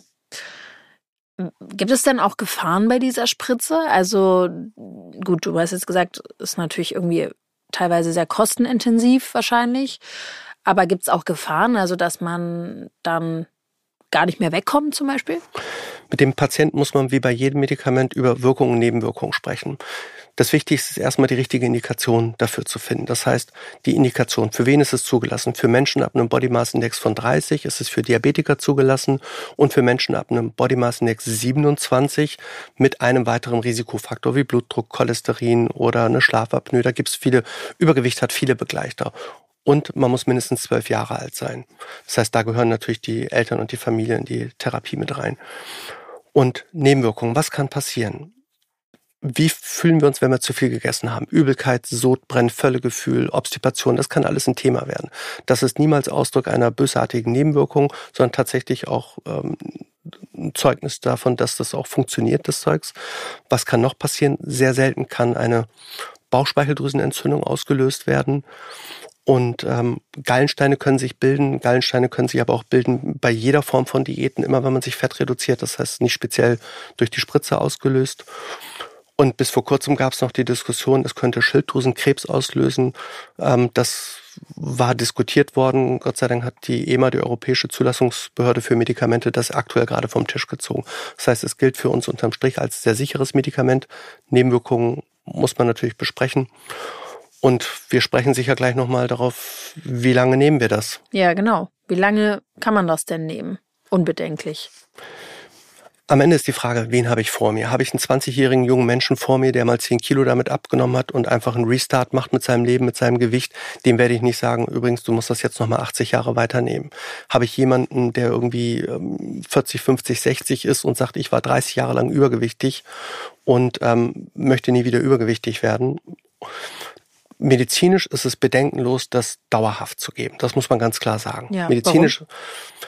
[SPEAKER 1] Gibt es denn auch Gefahren bei dieser Spritze? Also gut, du hast jetzt gesagt, ist natürlich irgendwie teilweise sehr kostenintensiv wahrscheinlich. Aber gibt es auch Gefahren, also dass man dann gar nicht mehr wegkommt zum Beispiel?
[SPEAKER 2] Mit dem Patienten muss man wie bei jedem Medikament über Wirkung und Nebenwirkungen sprechen. Das Wichtigste ist erstmal die richtige Indikation dafür zu finden. Das heißt, die Indikation, für wen ist es zugelassen? Für Menschen ab einem Body Mass Index von dreißig ist es für Diabetiker zugelassen und für Menschen ab einem Body Mass Index siebenundzwanzig mit einem weiteren Risikofaktor wie Blutdruck, Cholesterin oder eine Schlafapnoe. Da gibt es viele, Übergewicht hat viele Begleiter. Und man muss mindestens zwölf Jahre alt sein. Das heißt, da gehören natürlich die Eltern und die Familie in die Therapie mit rein. Und Nebenwirkungen, was kann passieren? Wie fühlen wir uns, wenn wir zu viel gegessen haben? Übelkeit, Sodbrennen, Völlegefühl, Obstipation, das kann alles ein Thema werden. Das ist niemals Ausdruck einer bösartigen Nebenwirkung, sondern tatsächlich auch ähm, ein Zeugnis davon, dass das auch funktioniert, das Zeugs. Was kann noch passieren? Sehr selten kann eine Bauchspeicheldrüsenentzündung ausgelöst werden. Und ähm, Gallensteine können sich bilden. Gallensteine können sich aber auch bilden bei jeder Form von Diäten, immer wenn man sich Fett reduziert. Das heißt, nicht speziell durch die Spritze ausgelöst. Und bis vor kurzem gab es noch die Diskussion, es könnte Schilddrüsenkrebs auslösen. Ähm, das war diskutiert worden. Gott sei Dank hat die E M A, die Europäische Zulassungsbehörde für Medikamente, das aktuell gerade vom Tisch gezogen. Das heißt, es gilt für uns unterm Strich als sehr sicheres Medikament. Nebenwirkungen muss man natürlich besprechen. Und wir sprechen sicher gleich nochmal darauf, wie lange nehmen wir das?
[SPEAKER 1] Ja, genau. Wie lange kann man das denn nehmen? Unbedenklich.
[SPEAKER 2] Am Ende ist die Frage, wen habe ich vor mir? Habe ich einen zwanzigjährigen jungen Menschen vor mir, der mal zehn Kilo damit abgenommen hat und einfach einen Restart macht mit seinem Leben, mit seinem Gewicht? Dem werde ich nicht sagen, übrigens, du musst das jetzt nochmal achtzig Jahre weiternehmen. Habe ich jemanden, der irgendwie vierzig, fünfzig, sechzig ist und sagt, ich war dreißig Jahre lang übergewichtig und ähm, möchte nie wieder übergewichtig werden? Medizinisch ist es bedenkenlos, das dauerhaft zu geben. Das muss man ganz klar sagen.
[SPEAKER 1] Ja,
[SPEAKER 2] Medizinisch,
[SPEAKER 1] warum?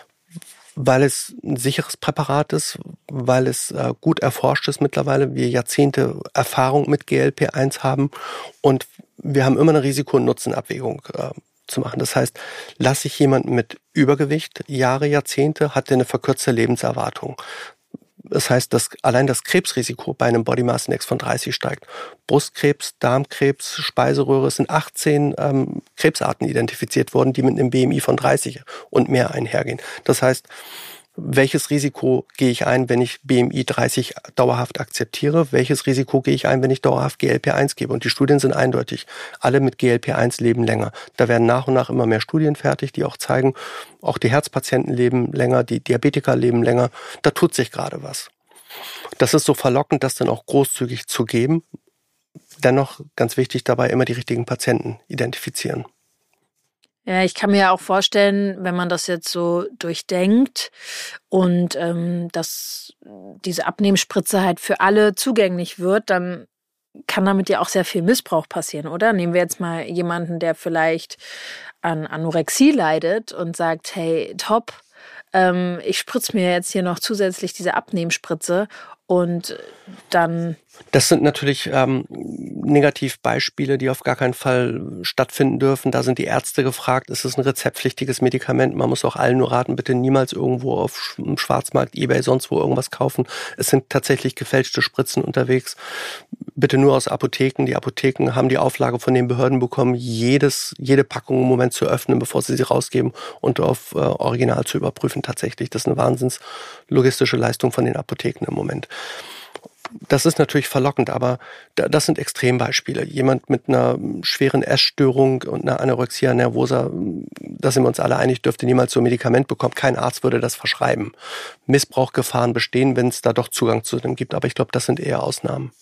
[SPEAKER 2] Weil es ein sicheres Präparat ist, weil es äh, gut erforscht ist mittlerweile, wir Jahrzehnte Erfahrung mit G L P eins haben und wir haben immer eine Risiko- und Nutzenabwägung äh, zu machen. Das heißt, lasse ich jemanden mit Übergewicht Jahre, Jahrzehnte, hat der eine verkürzte Lebenserwartung. Das heißt, dass allein das Krebsrisiko bei einem Body Mass Index von dreißig steigt. Brustkrebs, Darmkrebs, Speiseröhre, es sind achtzehn ähm, Krebsarten identifiziert worden, die mit einem B M I von dreißig und mehr einhergehen. Das heißt, welches Risiko gehe ich ein, wenn ich B M I dreißig dauerhaft akzeptiere? Welches Risiko gehe ich ein, wenn ich dauerhaft G L P eins gebe? Und die Studien sind eindeutig. Alle mit G L P eins leben länger. Da werden nach und nach immer mehr Studien fertig, die auch zeigen, auch die Herzpatienten leben länger, die Diabetiker leben länger. Da tut sich gerade was. Das ist so verlockend, das dann auch großzügig zu geben. Dennoch ganz wichtig dabei, immer die richtigen Patienten identifizieren.
[SPEAKER 1] Ja, ich kann mir auch vorstellen, wenn man das jetzt so durchdenkt und ähm, dass diese Abnehmspritze halt für alle zugänglich wird, dann kann damit ja auch sehr viel Missbrauch passieren, oder? Nehmen wir jetzt mal jemanden, der vielleicht an Anorexie leidet und sagt, hey, top, ähm, ich spritze mir jetzt hier noch zusätzlich diese Abnehmspritze und dann...
[SPEAKER 2] Das sind natürlich ähm, Negativbeispiele, die auf gar keinen Fall stattfinden dürfen. Da sind die Ärzte gefragt, ist es ein rezeptpflichtiges Medikament? Man muss auch allen nur raten, bitte niemals irgendwo auf dem Schwarzmarkt, eBay, sonst wo irgendwas kaufen. Es sind tatsächlich gefälschte Spritzen unterwegs. Bitte nur aus Apotheken. Die Apotheken haben die Auflage von den Behörden bekommen, jedes, jede Packung im Moment zu öffnen, bevor sie sie rausgeben und auf äh, Original zu überprüfen tatsächlich. Das ist eine wahnsinns logistische Leistung von den Apotheken im Moment. Das ist natürlich verlockend, aber das sind Extrembeispiele. Jemand mit einer schweren Essstörung und einer Anorexia nervosa, da sind wir uns alle einig, dürfte niemals so ein Medikament bekommen. Kein Arzt würde das verschreiben. Missbrauchgefahren bestehen, wenn es da doch Zugang zu dem gibt, aber ich glaube, das sind eher Ausnahmen.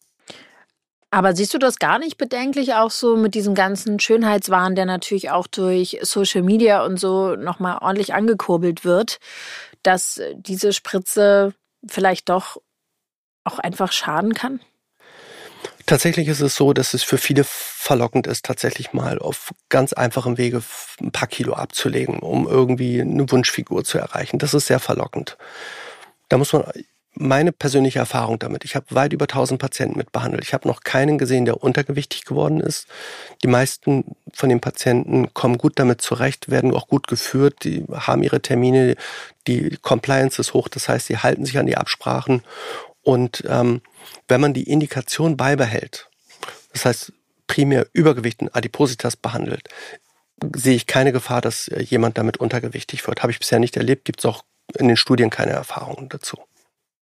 [SPEAKER 1] Aber siehst du das gar nicht bedenklich auch so mit diesem ganzen Schönheitswahn, der natürlich auch durch Social Media und so nochmal ordentlich angekurbelt wird, dass diese Spritze vielleicht doch auch einfach schaden kann?
[SPEAKER 2] Tatsächlich ist es so, dass es für viele verlockend ist, tatsächlich mal auf ganz einfachem Wege ein paar Kilo abzulegen, um irgendwie eine Wunschfigur zu erreichen. Das ist sehr verlockend. Da muss man, meine persönliche Erfahrung damit, ich habe weit über tausend Patienten mit behandelt. Ich habe noch keinen gesehen, der untergewichtig geworden ist. Die meisten von den Patienten kommen gut damit zurecht, werden auch gut geführt, die haben ihre Termine, die Compliance ist hoch, das heißt, sie halten sich an die Absprachen. Und ähm, wenn man die Indikation beibehält, das heißt primär Übergewicht und Adipositas behandelt, sehe ich keine Gefahr, dass jemand damit untergewichtig wird. Habe ich bisher nicht erlebt, gibt es auch in den Studien keine Erfahrungen dazu.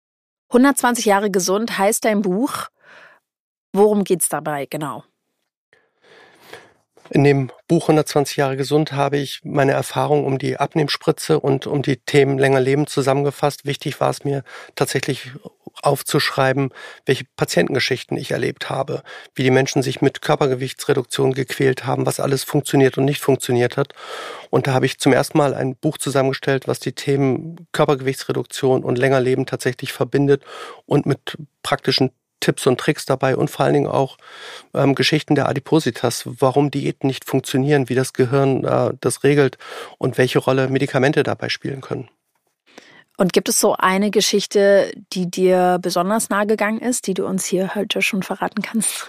[SPEAKER 1] hundertzwanzig Jahre gesund heißt dein Buch. Worum geht's dabei genau?
[SPEAKER 2] In dem Buch hundertzwanzig Jahre gesund habe ich meine Erfahrung um die Abnehmspritze und um die Themen länger leben zusammengefasst. Wichtig war es mir tatsächlich aufzuschreiben, welche Patientengeschichten ich erlebt habe, wie die Menschen sich mit Körpergewichtsreduktion gequält haben, was alles funktioniert und nicht funktioniert hat. Und da habe ich zum ersten Mal ein Buch zusammengestellt, was die Themen Körpergewichtsreduktion und länger leben tatsächlich verbindet und mit praktischen Tipps und Tricks dabei und vor allen Dingen auch ähm, Geschichten der Adipositas, warum Diäten nicht funktionieren, wie das Gehirn äh, das regelt und welche Rolle Medikamente dabei spielen können.
[SPEAKER 1] Und gibt es so eine Geschichte, die dir besonders nahe gegangen ist, die du uns hier heute schon verraten kannst?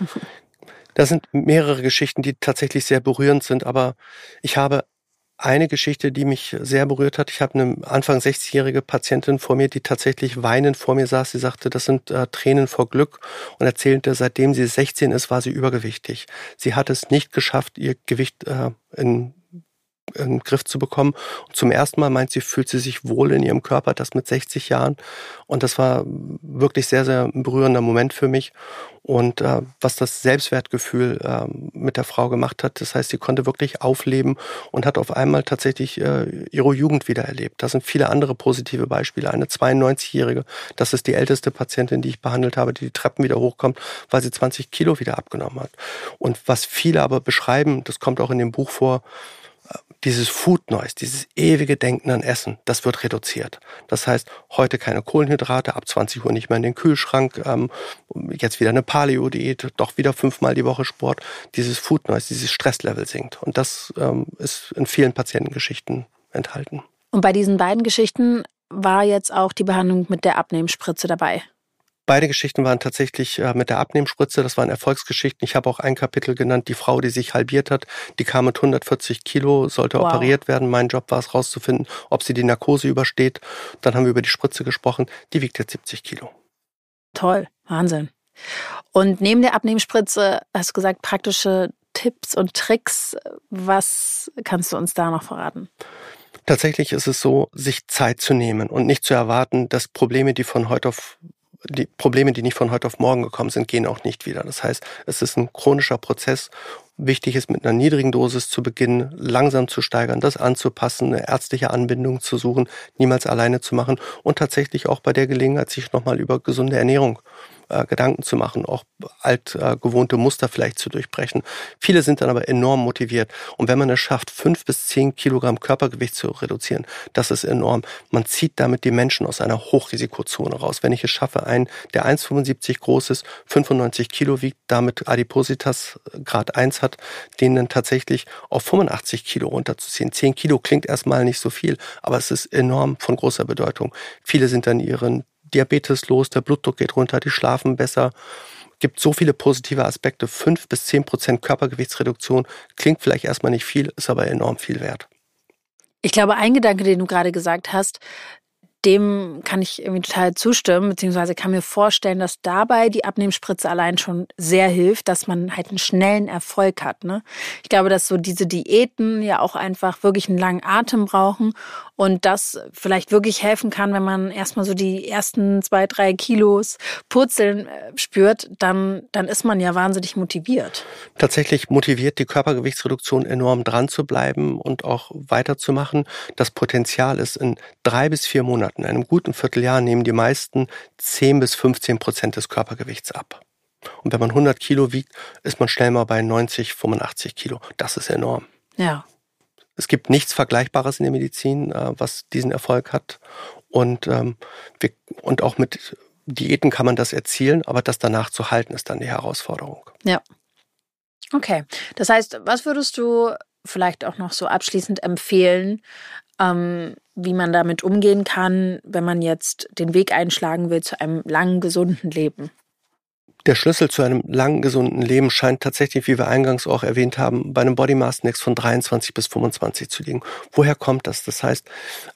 [SPEAKER 2] Das sind mehrere Geschichten, die tatsächlich sehr berührend sind, aber ich habe eine Geschichte, die mich sehr berührt hat. Ich habe eine Anfang sechzigjährige Patientin vor mir, die tatsächlich weinend vor mir saß. Sie sagte, das sind äh, Tränen vor Glück und erzählte, seitdem sie sechzehn ist, war sie übergewichtig. Sie hat es nicht geschafft, ihr Gewicht äh, in in den Griff zu bekommen. Und zum ersten Mal meint sie, fühlt sie sich wohl in ihrem Körper, das mit sechzig Jahren. Und das war wirklich sehr, sehr ein berührender Moment für mich. Und äh, was das Selbstwertgefühl äh, mit der Frau gemacht hat, das heißt, sie konnte wirklich aufleben und hat auf einmal tatsächlich äh, ihre Jugend wieder erlebt. Da sind viele andere positive Beispiele. Eine zweiundneunzigjährige, das ist die älteste Patientin, die ich behandelt habe, die die Treppen wieder hochkommt, weil sie zwanzig Kilo wieder abgenommen hat. Und was viele aber beschreiben, das kommt auch in dem Buch vor, dieses Food Noise, dieses ewige Denken an Essen, das wird reduziert. Das heißt, heute keine Kohlenhydrate, ab zwanzig Uhr nicht mehr in den Kühlschrank, ähm, jetzt wieder eine Paleo-Diät, doch wieder fünfmal die Woche Sport. Dieses Food Noise, dieses Stresslevel sinkt. Und das ähm, ist in vielen Patientengeschichten enthalten.
[SPEAKER 1] Und bei diesen beiden Geschichten war jetzt auch die Behandlung mit der Abnehmspritze dabei?
[SPEAKER 2] Beide Geschichten waren tatsächlich äh, mit der Abnehmspritze, das waren Erfolgsgeschichten. Ich habe auch ein Kapitel genannt, die Frau, die sich halbiert hat, die kam mit hundertvierzig Kilo, sollte wow. operiert werden. Mein Job war es rauszufinden, ob sie die Narkose übersteht. Dann haben wir über die Spritze gesprochen, die wiegt jetzt siebzig Kilo.
[SPEAKER 1] Toll, Wahnsinn. Und neben der Abnehmspritze hast du gesagt, praktische Tipps und Tricks. Was kannst du uns da noch verraten?
[SPEAKER 2] Tatsächlich ist es so, sich Zeit zu nehmen und nicht zu erwarten, dass Probleme, die von heute auf Die Probleme, die nicht von heute auf morgen gekommen sind, gehen auch nicht wieder. Das heißt, es ist ein chronischer Prozess. Wichtig ist, mit einer niedrigen Dosis zu beginnen, langsam zu steigern, das anzupassen, eine ärztliche Anbindung zu suchen, niemals alleine zu machen und tatsächlich auch bei der Gelegenheit, sich nochmal über gesunde Ernährung äh, Gedanken zu machen, auch altgewohnte äh, Muster vielleicht zu durchbrechen. Viele sind dann aber enorm motiviert. Und wenn man es schafft, fünf bis zehn Kilogramm Körpergewicht zu reduzieren, das ist enorm. Man zieht damit die Menschen aus einer Hochrisikozone raus. Wenn ich es schaffe, einen, der eins Komma fünfundsiebzig groß ist, fünfundneunzig Kilo wiegt, damit Adipositas Grad eins hat, den dann tatsächlich auf fünfundachtzig Kilo runterzuziehen. zehn Kilo klingt erstmal nicht so viel, aber es ist enorm von großer Bedeutung. Viele sind dann ihren Diabetes los, der Blutdruck geht runter, die schlafen besser. Gibt so viele positive Aspekte. fünf bis zehn Prozent Körpergewichtsreduktion klingt vielleicht erstmal nicht viel, ist aber enorm viel wert.
[SPEAKER 1] Ich glaube, ein Gedanke, den du gerade gesagt hast, dem kann ich irgendwie total zustimmen, beziehungsweise kann mir vorstellen, dass dabei die Abnehmspritze allein schon sehr hilft, dass man halt einen schnellen Erfolg hat. Ne? Ich glaube, dass so diese Diäten ja auch einfach wirklich einen langen Atem brauchen und das vielleicht wirklich helfen kann, wenn man erstmal so die ersten zwei, drei Kilos purzeln spürt, dann, dann ist man ja wahnsinnig motiviert.
[SPEAKER 2] Tatsächlich motiviert die Körpergewichtsreduktion enorm dran zu bleiben und auch weiterzumachen. Das Potenzial ist in drei bis vier Monaten, in einem guten Vierteljahr, nehmen die meisten zehn bis fünfzehn Prozent des Körpergewichts ab. Und wenn man hundert Kilo wiegt, ist man schnell mal bei neunzig, fünfundachtzig Kilo. Das ist enorm.
[SPEAKER 1] Ja.
[SPEAKER 2] Es gibt nichts Vergleichbares in der Medizin, was diesen Erfolg hat. Und, ähm, wir, und auch mit Diäten kann man das erzielen, aber das danach zu halten, ist dann die Herausforderung.
[SPEAKER 1] Ja. Okay. Das heißt, was würdest du vielleicht auch noch so abschließend empfehlen, ähm, wie man damit umgehen kann, wenn man jetzt den Weg einschlagen will zu einem langen, gesunden Leben?
[SPEAKER 2] Der Schlüssel zu einem langen, gesunden Leben scheint tatsächlich, wie wir eingangs auch erwähnt haben, bei einem Body Mass Index von dreiundzwanzig bis fünfundzwanzig zu liegen. Woher kommt das? Das heißt,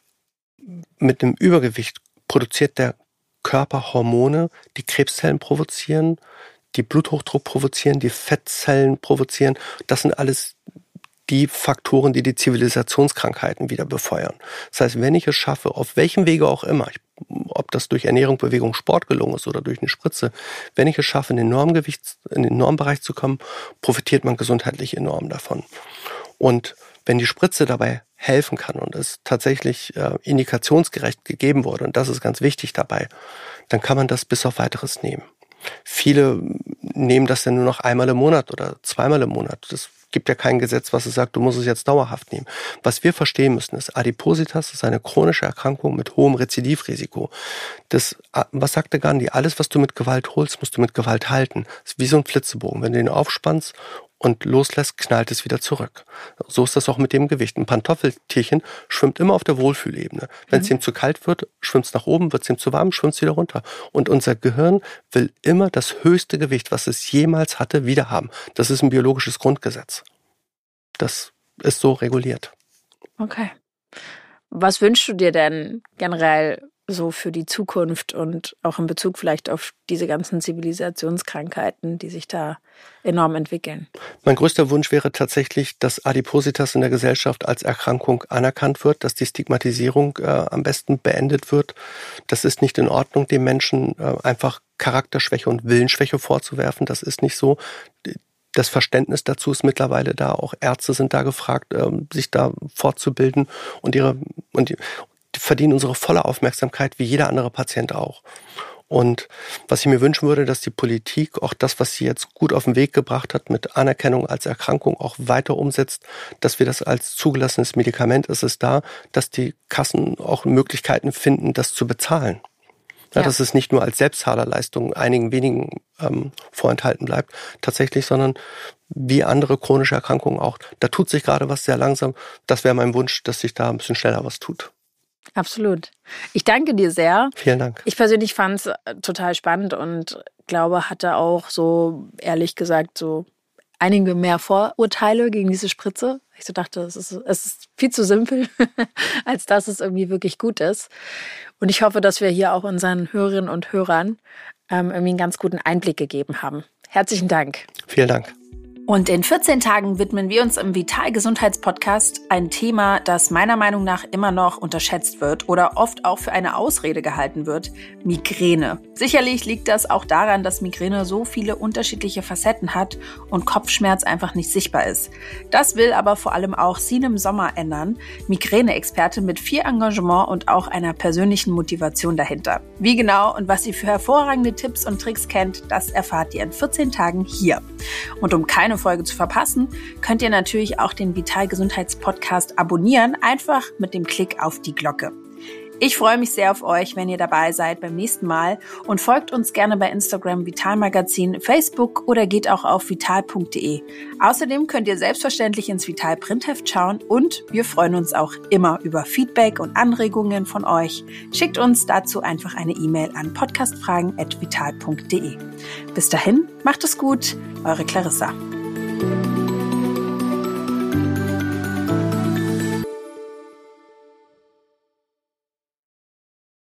[SPEAKER 2] mit einem Übergewicht produziert der Körper Hormone, die Krebszellen provozieren, die Bluthochdruck provozieren, die Fettzellen provozieren. Das sind alles die Faktoren, die die Zivilisationskrankheiten wieder befeuern. Das heißt, wenn ich es schaffe, auf welchem Wege auch immer, ich ob das durch Ernährung, Bewegung, Sport gelungen ist oder durch eine Spritze, wenn ich es schaffe, in den Normgewicht, in den Normbereich zu kommen, profitiert man gesundheitlich enorm davon. Und wenn die Spritze dabei helfen kann und es tatsächlich äh, indikationsgerecht gegeben wurde, und das ist ganz wichtig dabei, dann kann man das bis auf Weiteres nehmen. Viele nehmen das dann nur noch einmal im Monat oder zweimal im Monat. Das gibt ja kein Gesetz, was es sagt, du musst es jetzt dauerhaft nehmen. Was wir verstehen müssen, ist, Adipositas ist eine chronische Erkrankung mit hohem Rezidivrisiko. Das, was sagte Gandhi? Alles, was du mit Gewalt holst, musst du mit Gewalt halten. Das ist wie so ein Flitzebogen. Wenn du ihn aufspannst und loslässt, knallt es wieder zurück. So ist das auch mit dem Gewicht. Ein Pantoffeltierchen schwimmt immer auf der Wohlfühlebene. Wenn es mhm. ihm zu kalt wird, schwimmt es nach oben, wird es ihm zu warm, schwimmt es wieder runter. Und unser Gehirn will immer das höchste Gewicht, was es jemals hatte, wieder haben. Das ist ein biologisches Grundgesetz. Das ist so reguliert.
[SPEAKER 1] Okay. Was wünschst du dir denn generell so für die Zukunft und auch in Bezug vielleicht auf diese ganzen Zivilisationskrankheiten, die sich da enorm entwickeln?
[SPEAKER 2] Mein größter Wunsch wäre tatsächlich, dass Adipositas in der Gesellschaft als Erkrankung anerkannt wird, dass die Stigmatisierung äh, am besten beendet wird. Das ist nicht in Ordnung, dem Menschen äh, einfach Charakterschwäche und Willensschwäche vorzuwerfen. Das ist nicht so. Das Verständnis dazu ist mittlerweile da. Auch Ärzte sind da gefragt, äh, sich da fortzubilden und ihre und die, verdienen unsere volle Aufmerksamkeit, wie jeder andere Patient auch. Und was ich mir wünschen würde, dass die Politik auch das, was sie jetzt gut auf den Weg gebracht hat, mit Anerkennung als Erkrankung auch weiter umsetzt, dass wir das als zugelassenes Medikament, ist es da, dass die Kassen auch Möglichkeiten finden, das zu bezahlen. Ja, ja. Dass es nicht nur als Selbstzahlerleistung einigen wenigen ähm, vorenthalten bleibt, tatsächlich, sondern wie andere chronische Erkrankungen auch. Da tut sich gerade was sehr langsam. Das wäre mein Wunsch, dass sich da ein bisschen schneller was tut.
[SPEAKER 1] Absolut. Ich danke dir sehr.
[SPEAKER 2] Vielen Dank.
[SPEAKER 1] Ich persönlich fand es total spannend und glaube, hatte auch so, ehrlich gesagt, so einige mehr Vorurteile gegen diese Spritze. Ich so dachte, es ist, es ist viel zu simpel, als dass es irgendwie wirklich gut ist. Und ich hoffe, dass wir hier auch unseren Hörerinnen und Hörern ähm, irgendwie einen ganz guten Einblick gegeben haben. Herzlichen Dank.
[SPEAKER 2] Vielen Dank.
[SPEAKER 1] Und in vierzehn Tagen widmen wir uns im Vital-Gesundheits-Podcast ein Thema, das meiner Meinung nach immer noch unterschätzt wird oder oft auch für eine Ausrede gehalten wird: Migräne. Sicherlich liegt das auch daran, dass Migräne so viele unterschiedliche Facetten hat und Kopfschmerz einfach nicht sichtbar ist. Das will aber vor allem auch Sinem Sommer ändern, Migräne-Expertin mit viel Engagement und auch einer persönlichen Motivation dahinter. Wie genau und was sie für hervorragende Tipps und Tricks kennt, das erfahrt ihr in vierzehn Tagen hier. Und um keine Folge zu verpassen, könnt ihr natürlich auch den Vital-Gesundheits-Podcast abonnieren, einfach mit dem Klick auf die Glocke. Ich freue mich sehr auf euch, wenn ihr dabei seid beim nächsten Mal und folgt uns gerne bei Instagram, Vital Magazin, Facebook oder geht auch auf vital punkt de. Außerdem könnt ihr selbstverständlich ins Vital Printheft schauen und wir freuen uns auch immer über Feedback und Anregungen von euch. Schickt uns dazu einfach eine E-Mail an podcastfragen at vital punkt de. Bis dahin, macht es gut, eure Clarissa.